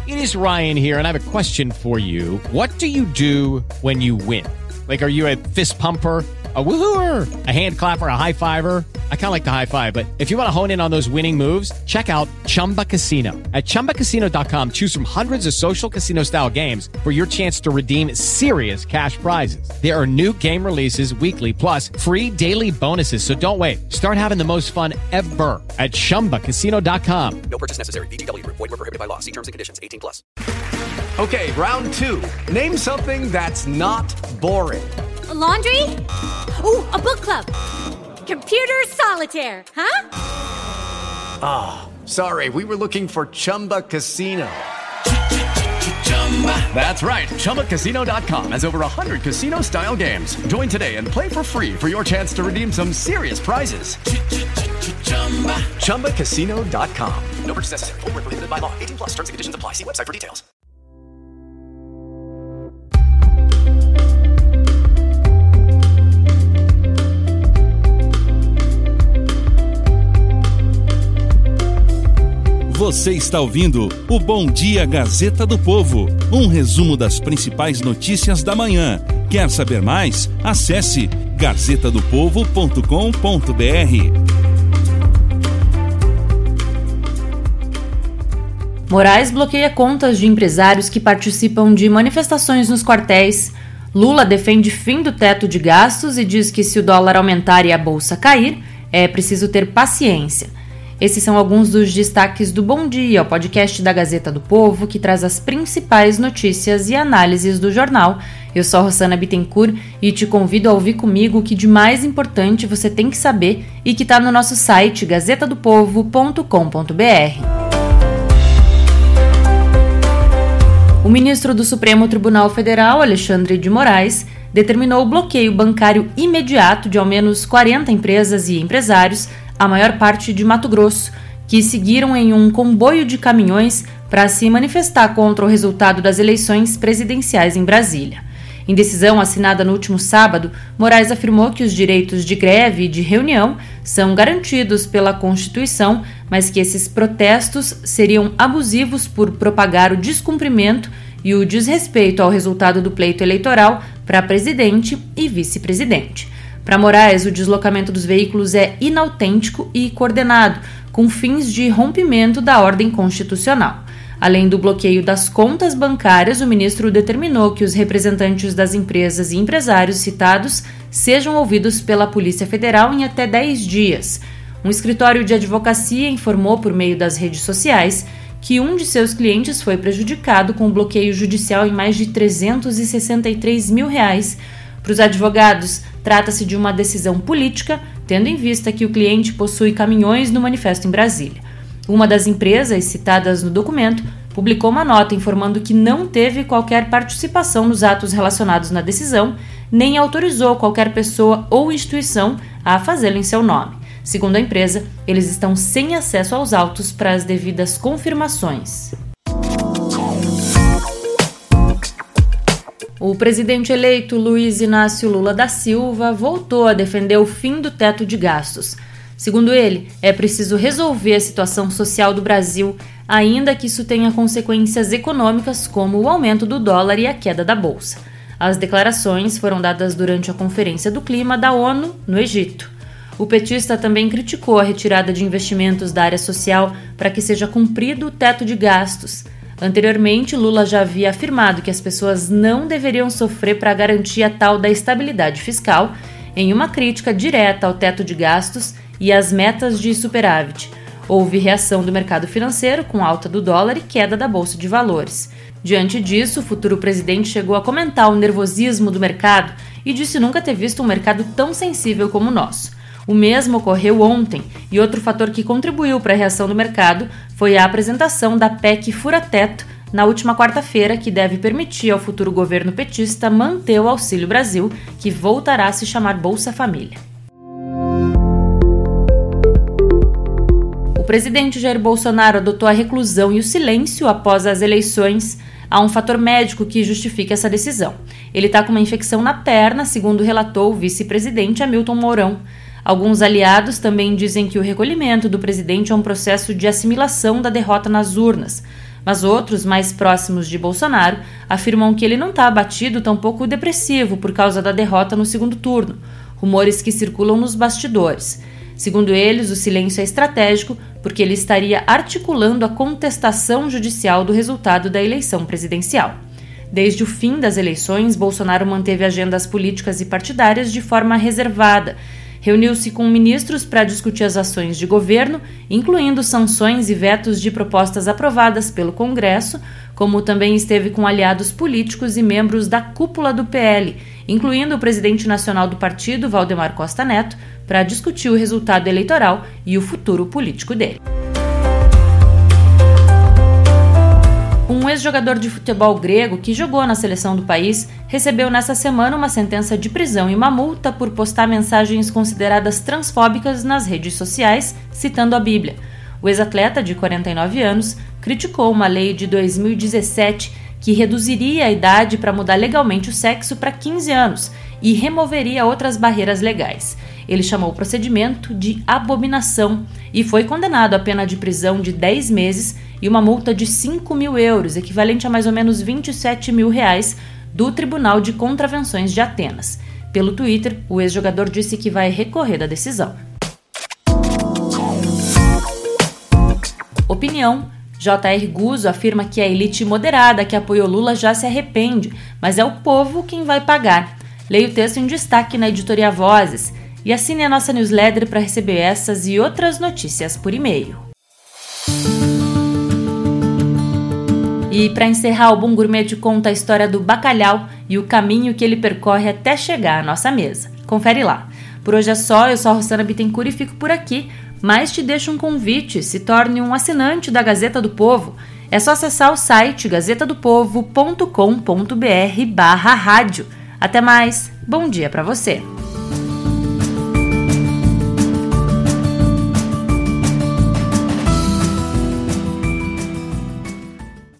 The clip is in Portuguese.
It is Ryan here, and I have a question for you. What do you do when you win? Like, are you a fist pumper, a woohooer, a hand clapper, a high fiver? I kind of like the high five, but if you want to hone in on those winning moves, check out Chumba Casino. At ChumbaCasino.com, choose from hundreds of social casino style games for your chance to redeem serious cash prizes. There are new game releases weekly, plus free daily bonuses. So don't wait. Start having the most fun ever at ChumbaCasino.com. No purchase necessary. VGW Group. Void where prohibited by law. See terms and conditions. 18+. Okay, round two. Name something that's not boring. A laundry? Ooh, a book club. Computer solitaire, huh? Sorry, we were looking for Chumba Casino. That's right. ChumbaCasino.com has over 100 casino-style games. Join today and play for free for your chance to redeem some serious prizes. ChumbaCasino.com. No purchase necessary. Void where prohibited by law. 18+. Terms and conditions apply. See website for details. Você está ouvindo o Bom Dia Gazeta do Povo, um resumo das principais notícias da manhã. Quer saber mais? Acesse gazetadopovo.com.br. Moraes bloqueia contas de empresários que participam de manifestações nos quartéis. Lula defende fim do teto de gastos e diz que se o dólar aumentar e a bolsa cair, é preciso ter paciência. Esses são alguns dos destaques do Bom Dia, o podcast da Gazeta do Povo, que traz as principais notícias e análises do jornal. Eu sou a Rossana Bittencourt e te convido a ouvir comigo o que de mais importante você tem que saber e que está no nosso site gazetadopovo.com.br. O ministro do Supremo Tribunal Federal, Alexandre de Moraes, determinou o bloqueio bancário imediato de ao menos 40 empresas e empresários, a maior parte de Mato Grosso, que seguiram em um comboio de caminhões para se manifestar contra o resultado das eleições presidenciais em Brasília. Em decisão assinada no último sábado, Moraes afirmou que os direitos de greve e de reunião são garantidos pela Constituição, mas que esses protestos seriam abusivos por propagar o descumprimento e o desrespeito ao resultado do pleito eleitoral para presidente e vice-presidente. Para Moraes, o deslocamento dos veículos é inautêntico e coordenado, com fins de rompimento da ordem constitucional. Além do bloqueio das contas bancárias, o ministro determinou que os representantes das empresas e empresários citados sejam ouvidos pela Polícia Federal em até 10 dias. Um escritório de advocacia informou por meio das redes sociais que um de seus clientes foi prejudicado com o bloqueio judicial em mais de R$363 mil. Para os advogados, trata-se de uma decisão política, tendo em vista que o cliente possui caminhões no manifesto em Brasília. Uma das empresas citadas no documento publicou uma nota informando que não teve qualquer participação nos atos relacionados na decisão, nem autorizou qualquer pessoa ou instituição a fazê-lo em seu nome. Segundo a empresa, eles estão sem acesso aos autos para as devidas confirmações. O presidente eleito Luiz Inácio Lula da Silva voltou a defender o fim do teto de gastos. Segundo ele, é preciso resolver a situação social do Brasil, ainda que isso tenha consequências econômicas como o aumento do dólar e a queda da bolsa. As declarações foram dadas durante a Conferência do Clima da ONU, no Egito. O petista também criticou a retirada de investimentos da área social para que seja cumprido o teto de gastos. Anteriormente, Lula já havia afirmado que as pessoas não deveriam sofrer para garantir a tal da estabilidade fiscal, em uma crítica direta ao teto de gastos e às metas de superávit. Houve reação do mercado financeiro com alta do dólar e queda da Bolsa de Valores. Diante disso, o futuro presidente chegou a comentar o nervosismo do mercado e disse nunca ter visto um mercado tão sensível como o nosso. O mesmo ocorreu ontem, e outro fator que contribuiu para a reação do mercado foi a apresentação da PEC Fura-Teto na última quarta-feira, que deve permitir ao futuro governo petista manter o Auxílio Brasil, que voltará a se chamar Bolsa Família. O presidente Jair Bolsonaro adotou a reclusão e o silêncio após as eleições. Há um fator médico que justifica essa decisão. Ele está com uma infecção na perna, segundo relatou o vice-presidente Hamilton Mourão. Alguns aliados também dizem que o recolhimento do presidente é um processo de assimilação da derrota nas urnas. Mas outros, mais próximos de Bolsonaro, afirmam que ele não está abatido, tampouco depressivo por causa da derrota no segundo turno, rumores que circulam nos bastidores. Segundo eles, o silêncio é estratégico porque ele estaria articulando a contestação judicial do resultado da eleição presidencial. Desde o fim das eleições, Bolsonaro manteve agendas políticas e partidárias de forma reservada. Reuniu-se com ministros para discutir as ações de governo, incluindo sanções e vetos de propostas aprovadas pelo Congresso, como também esteve com aliados políticos e membros da cúpula do PL, incluindo o presidente nacional do partido, Valdemar Costa Neto, para discutir o resultado eleitoral e o futuro político dele. Um ex-jogador de futebol grego que jogou na seleção do país recebeu nessa semana uma sentença de prisão e uma multa por postar mensagens consideradas transfóbicas nas redes sociais, citando a Bíblia. O ex-atleta, de 49 anos, criticou uma lei de 2017 que reduziria a idade para mudar legalmente o sexo para 15 anos e removeria outras barreiras legais. Ele chamou o procedimento de abominação e foi condenado a pena de prisão de 10 meses e uma multa de 5 mil euros, equivalente a mais ou menos 27 mil reais, do Tribunal de Contravenções de Atenas. Pelo Twitter, o ex-jogador disse que vai recorrer da decisão. Opinião. J.R. Guzzo afirma que a elite moderada que apoiou Lula já se arrepende, mas é o povo quem vai pagar. Leia o texto em destaque na editoria Vozes e assine a nossa newsletter para receber essas e outras notícias por e-mail. E para encerrar, o Bom Gourmet te conta a história do bacalhau e o caminho que ele percorre até chegar à nossa mesa. Confere lá. Por hoje é só, eu sou a Rossana Bittencourt e fico por aqui, mas te deixo um convite, se torne um assinante da Gazeta do Povo. É só acessar o site gazetadopovo.com.br/rádio. Até mais, bom dia para você!